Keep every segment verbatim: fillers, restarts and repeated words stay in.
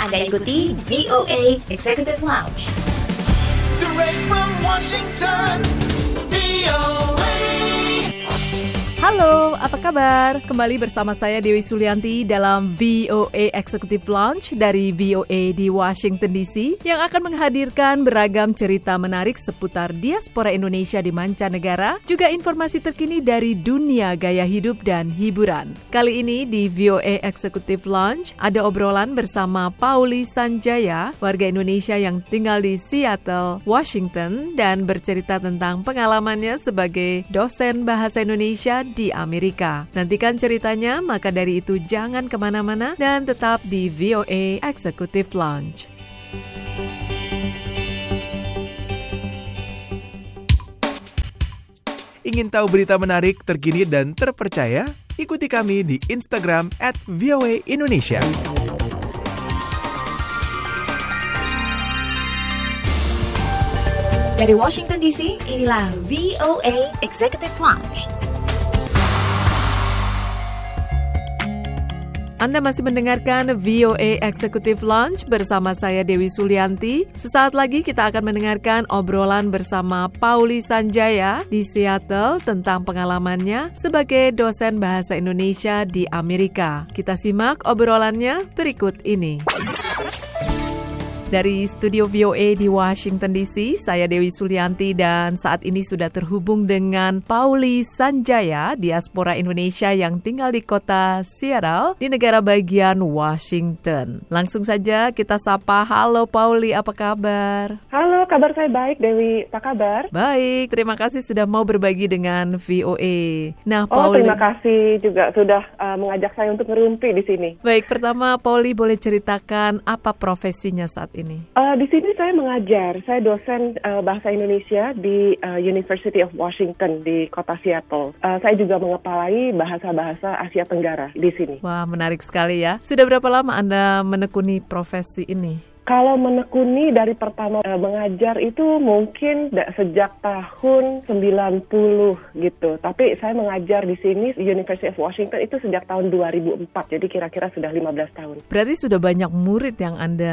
Anda ikuti V O A Executive Lounge. Direct from Washington, V O A. Halo, apa kabar? Kembali bersama saya Dewi Sulianti dalam V O A Executive Lounge dari V O A di Washington D C yang akan menghadirkan beragam cerita menarik seputar diaspora Indonesia di mancanegara, juga informasi terkini dari dunia gaya hidup dan hiburan. Kali ini di V O A Executive Lounge ada obrolan bersama Pauli Sanjaya, warga Indonesia yang tinggal di Seattle, Washington, dan bercerita tentang pengalamannya sebagai dosen bahasa Indonesia di Amerika. Nantikan ceritanya, maka dari itu jangan kemana-mana dan tetap di V O A Executive Lounge. Ingin tahu berita menarik, terkini, dan terpercaya? Ikuti kami di Instagram at V O A Indonesia. Dari Washington D C, inilah V O A Executive Lounge. Anda masih mendengarkan V O A Executive Lounge bersama saya Dewi Sulianti. Sesaat lagi kita akan mendengarkan obrolan bersama Pauli Sanjaya di Seattle tentang pengalamannya sebagai dosen bahasa Indonesia di Amerika. Kita simak obrolannya berikut ini. Dari studio V O A di Washington D C, saya Dewi Sulianti dan saat ini sudah terhubung dengan Pauli Sanjaya, diaspora Indonesia yang tinggal di kota Seattle di negara bagian Washington. Langsung saja kita sapa. Halo Pauli, apa kabar? Halo, kabar saya baik, Dewi. Apa kabar? Baik, terima kasih sudah mau berbagi dengan V O A. Nah, oh, Pauli, terima kasih juga sudah uh, mengajak saya untuk ngerumpi di sini. Baik, pertama Pauli boleh ceritakan apa profesinya saat ini? Uh, di sini saya mengajar. Saya dosen uh, bahasa Indonesia di uh, University of Washington di kota Seattle. Uh, saya juga mengepalai bahasa-bahasa Asia Tenggara di sini. Wah, menarik sekali ya. Sudah berapa lama Anda menekuni profesi ini? Kalau menekuni dari pertama uh, mengajar itu mungkin da- sejak tahun sembilan puluh gitu. Tapi saya mengajar di sini University of Washington itu sejak tahun dua ribu empat. Jadi kira-kira sudah lima belas tahun. Berarti sudah banyak murid yang Anda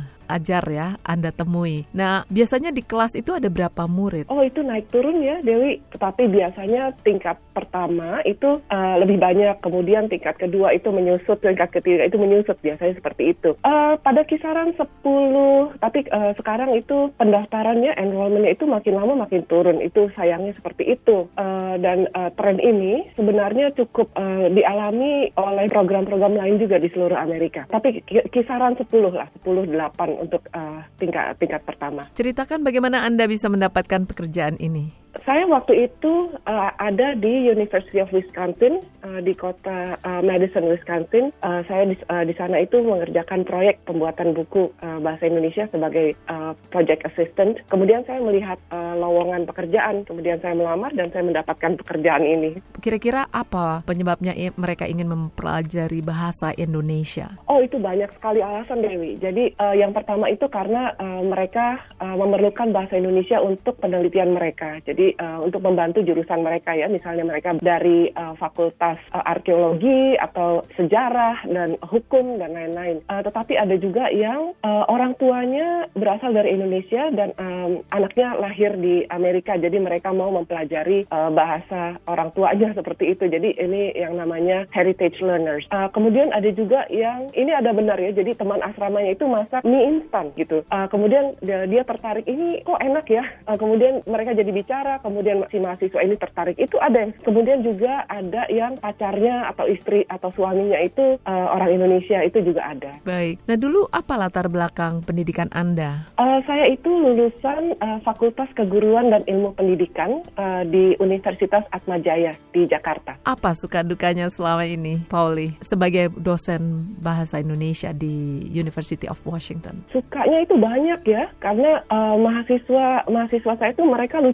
ajar ya, Anda temui. Nah, biasanya di kelas itu ada berapa murid? Oh, itu naik turun ya, Dewi. Tetapi biasanya tingkat pertama itu uh, lebih banyak. Kemudian tingkat kedua itu menyusut, tingkat ketiga itu menyusut. Biasanya seperti itu. Uh, pada kisaran sepuluh, tapi uh, sekarang itu pendaftarannya, enrollment-nya itu makin lama makin turun. Itu sayangnya seperti itu. Uh, dan uh, tren ini sebenarnya cukup uh, dialami oleh program-program lain juga di seluruh Amerika. Tapi kisaran sepuluh lah, sepuluh, delapan untuk uh, tingkat tingkat pertama. Ceritakan bagaimana Anda bisa mendapatkan pekerjaan ini? Saya waktu itu uh, ada di University of Wisconsin uh, di kota uh, Madison, Wisconsin. Uh, saya di, uh, di sana itu mengerjakan proyek pembuatan buku uh, bahasa Indonesia sebagai uh, project assistant. Kemudian saya melihat uh, lowongan pekerjaan, kemudian saya melamar dan saya mendapatkan pekerjaan ini. Kira-kira apa penyebabnya i- mereka ingin mempelajari bahasa Indonesia? Oh, itu banyak sekali alasan, Dewi. Jadi uh, yang pertama itu karena uh, mereka uh, memerlukan bahasa Indonesia untuk penelitian mereka. Jadi Uh, untuk membantu jurusan mereka ya, misalnya mereka dari uh, fakultas uh, arkeologi atau sejarah dan hukum dan lain-lain. Uh, tetapi ada juga yang uh, orang tuanya berasal dari Indonesia dan um, anaknya lahir di Amerika, jadi mereka mau mempelajari uh, bahasa orang tuanya seperti itu. Jadi ini yang namanya heritage learners. Uh, kemudian ada juga yang ini ada benar ya, jadi teman asramanya itu masak mie instan gitu. Uh, kemudian dia, dia tertarik, ini kok enak ya. Uh, kemudian mereka jadi bicara. Kemudian si mahasiswa ini tertarik, itu ada. Kemudian juga ada yang pacarnya atau istri atau suaminya itu uh, orang Indonesia, itu juga ada. Baik. Nah, dulu apa latar belakang pendidikan Anda? Uh, saya itu lulusan uh, Fakultas Keguruan dan Ilmu Pendidikan uh, di Universitas Atmajaya di Jakarta. Apa suka dukanya selama ini, Pauli, sebagai dosen bahasa Indonesia di University of Washington? Sukanya itu banyak ya, karena uh, mahasiswa mahasiswa saya itu mereka lucu-lucu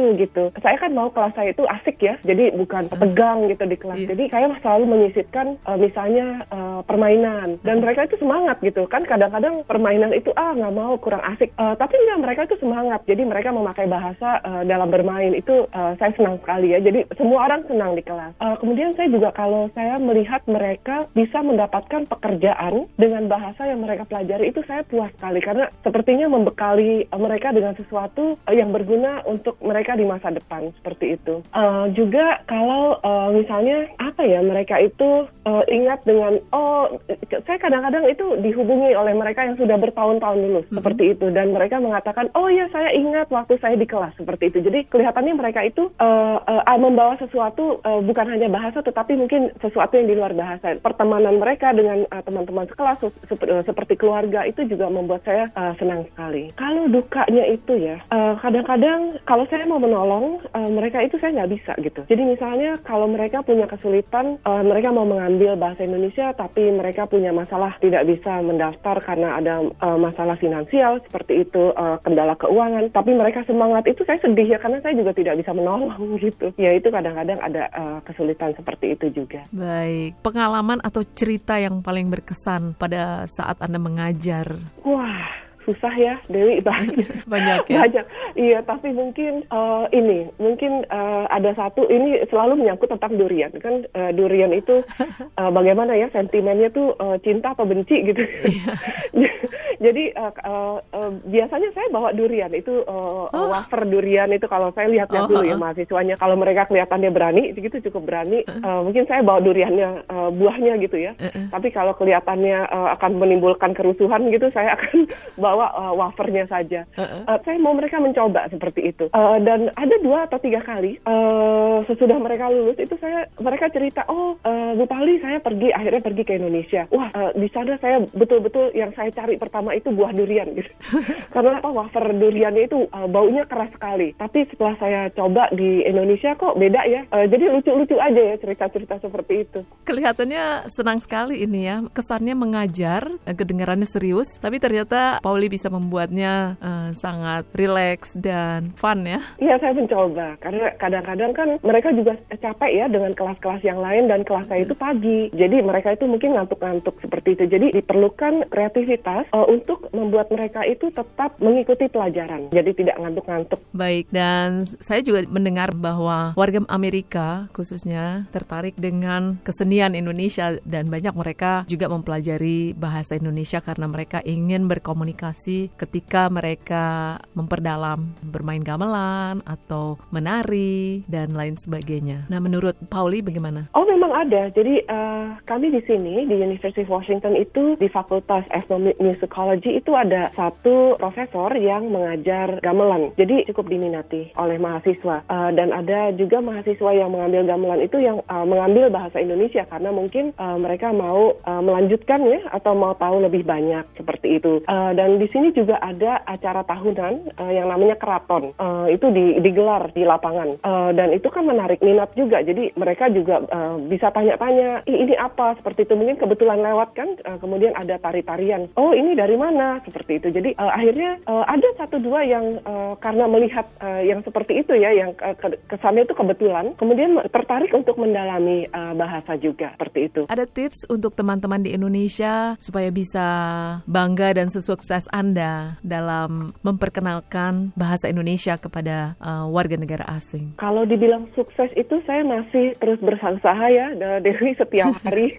tenang gitu. Saya kan mau kelas saya itu asik ya, jadi bukan tegang gitu di kelas. Iya. Jadi saya selalu menyisipkan uh, misalnya uh, permainan, dan mereka itu semangat gitu kan. Kadang-kadang permainan itu ah nggak mau, kurang asik. Uh, tapi enggak, mereka itu semangat. Jadi mereka memakai bahasa uh, dalam bermain itu uh, saya senang sekali ya. Jadi semua orang senang di kelas. Uh, kemudian saya juga kalau saya melihat mereka bisa mendapatkan pekerjaan dengan bahasa yang mereka pelajari, itu saya puas sekali karena sepertinya membekali uh, mereka dengan sesuatu uh, yang berguna untuk mereka di masa depan seperti itu. Uh, juga kalau uh, misalnya apa ya, mereka itu uh, ingat dengan oh saya kadang-kadang itu dihubungi oleh mereka yang sudah bertahun-tahun lulus mm-hmm. seperti itu, dan mereka mengatakan oh ya saya ingat waktu saya di kelas seperti itu. Jadi kelihatannya mereka itu uh, uh, membawa sesuatu uh, bukan hanya bahasa tetapi mungkin sesuatu yang di luar bahasa. Pertemanan mereka dengan uh, teman-teman sekelas se- uh, seperti keluarga itu juga membuat saya uh, senang sekali. Kalau dukanya itu ya uh, kadang-kadang kalau saya mau menolong uh, mereka itu saya nggak bisa gitu. Jadi misalnya kalau mereka punya kesulitan, uh, mereka mau mengambil bahasa Indonesia tapi mereka punya masalah tidak bisa mendaftar karena ada uh, masalah finansial seperti itu, uh, kendala keuangan, tapi mereka semangat, itu saya sedih ya karena saya juga tidak bisa menolong gitu. Ya itu kadang-kadang ada uh, kesulitan seperti itu juga. Baik, pengalaman atau cerita yang paling berkesan pada saat Anda mengajar? Wah, susah ya, Dewi, banyak. Banyak ya? Banyak, iya, tapi mungkin uh, ini, mungkin uh, ada satu, ini selalu menyangkut tentang durian. Kan uh, durian itu uh, bagaimana ya, sentimennya tuh uh, cinta atau benci gitu. Jadi uh, uh, uh, biasanya saya bawa durian, itu uh, oh. wafer durian itu kalau saya lihat-lihat oh, dulu ya mahasiswanya. Kalau mereka kelihatannya berani, gitu cukup berani, uh, mungkin saya bawa duriannya, uh, buahnya gitu ya. Uh-uh. Tapi kalau kelihatannya uh, akan menimbulkan kerusuhan gitu, saya akan bawa uh, wafernya saja. Uh-uh. Uh, saya mau mereka mencoba seperti itu. Uh, dan ada dua atau tiga kali uh, sesudah mereka lulus itu saya mereka cerita, oh uh, Bu Pali saya pergi akhirnya pergi ke Indonesia. Wah uh, di sana saya betul-betul yang saya cari pertama itu buah durian gitu. Karena apa, wafer duriannya itu uh, baunya keras sekali. Tapi setelah saya coba di Indonesia kok beda ya. Uh, jadi lucu-lucu aja ya cerita-cerita seperti itu. Kelihatannya senang sekali ini ya. Kesannya mengajar, kedengarannya serius, tapi ternyata Pauli bisa membuatnya uh, sangat rileks dan fun ya. Iya, saya mencoba. Karena kadang-kadang kan mereka juga capek ya dengan kelas-kelas yang lain, dan kelas saya itu pagi. Jadi mereka itu mungkin ngantuk-ngantuk seperti itu. Jadi diperlukan kreativitas uh, untuk membuat mereka itu tetap mengikuti pelajaran. Jadi tidak ngantuk-ngantuk. Baik, dan saya juga mendengar bahwa warga Amerika khususnya tertarik dengan kesenian Indonesia, dan banyak mereka juga mempelajari bahasa Indonesia karena mereka ingin berkomunikasi ketika mereka memperdalam bermain gamelan atau menari dan lain sebagainya. Nah, menurut Pauli bagaimana? Oh, memang ada. Jadi uh, kami di sini di University of Washington itu di Fakultas Ethnomusicology itu ada satu profesor yang mengajar gamelan. Jadi cukup diminati oleh mahasiswa. Uh, dan ada juga mahasiswa yang mengambil gamelan itu yang uh, mengambil bahasa Indonesia karena mungkin uh, mereka mau uh, melanjutkan ya atau mau tahu lebih banyak seperti itu. Uh, dan di sini juga ada acara tahunan uh, yang namanya keraton. Uh, itu di, digelar di lapangan. Uh, dan itu kan menarik minat juga. Jadi mereka juga uh, bisa tanya-tanya, ini apa seperti itu. Mungkin kebetulan lewat kan, uh, kemudian ada tari-tarian. Oh, ini dari mana? Seperti itu. Jadi uh, akhirnya uh, ada satu dua yang uh, karena melihat uh, yang seperti itu ya, yang uh, kesannya itu kebetulan, kemudian tertarik untuk mendalami uh, bahasa juga seperti itu. Ada tips untuk teman-teman di Indonesia supaya bisa bangga dan sesukses Anda dalam memperkenalkan bahasa Indonesia kepada uh, warga negara asing? Kalau dibilang sukses itu saya masih terus berusaha ya, Dewi, setiap hari.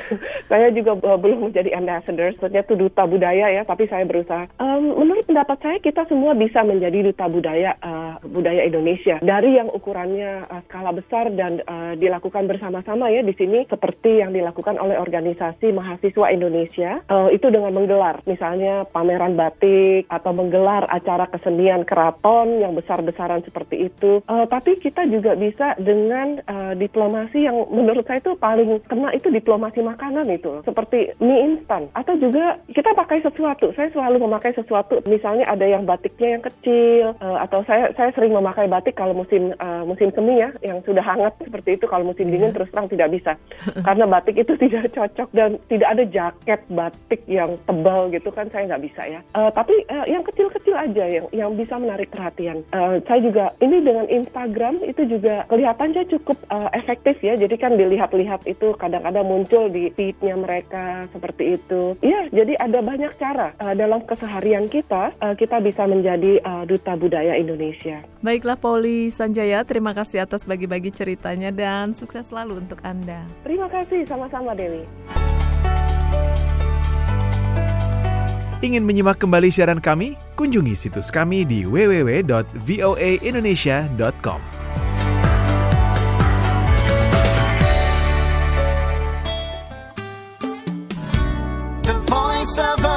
Saya juga uh, belum menjadi ambassador, maksudnya itu duta budaya ya, tapi saya berusaha. Um, menurut pendapat saya kita semua bisa menjadi duta budaya uh, budaya Indonesia dari yang ukurannya uh, skala besar dan uh, dilakukan bersama-sama ya di sini, seperti yang dilakukan oleh organisasi mahasiswa Indonesia uh, itu dengan menggelar misalnya pameran batik atau menggelar acara kesenian keraton yang besar-besaran seperti itu. Uh, tapi kita juga bisa dengan uh, diplomasi yang menurut saya itu paling kena, itu diplomasi makanan itu, seperti mie instan atau juga kita pakai sesuatu. Saya selalu memakai sesuatu, misalnya ada yang batiknya yang kecil uh, atau saya saya sering memakai batik kalau musim uh, musim semi ya, yang sudah hangat seperti itu. Kalau musim dingin terus terang tidak bisa karena batik itu tidak cocok dan tidak ada jaket batik yang tebal gitu kan, saya nggak bisa. bisa ya. Uh, tapi uh, yang kecil-kecil aja yang yang bisa menarik perhatian. Uh, saya juga ini dengan Instagram itu juga kelihatannya cukup uh, efektif ya. Jadi kan dilihat-lihat itu kadang-kadang muncul di feed-nya mereka seperti itu. Iya, jadi ada banyak cara uh, dalam keseharian kita uh, kita bisa menjadi uh, duta budaya Indonesia. Baiklah Pauli Sanjaya, terima kasih atas bagi-bagi ceritanya dan sukses selalu untuk Anda. Terima kasih, sama-sama Dewi. Ingin menyimak kembali siaran kami? Kunjungi situs kami di w w w dot v o a indonesia dot com. The Voice of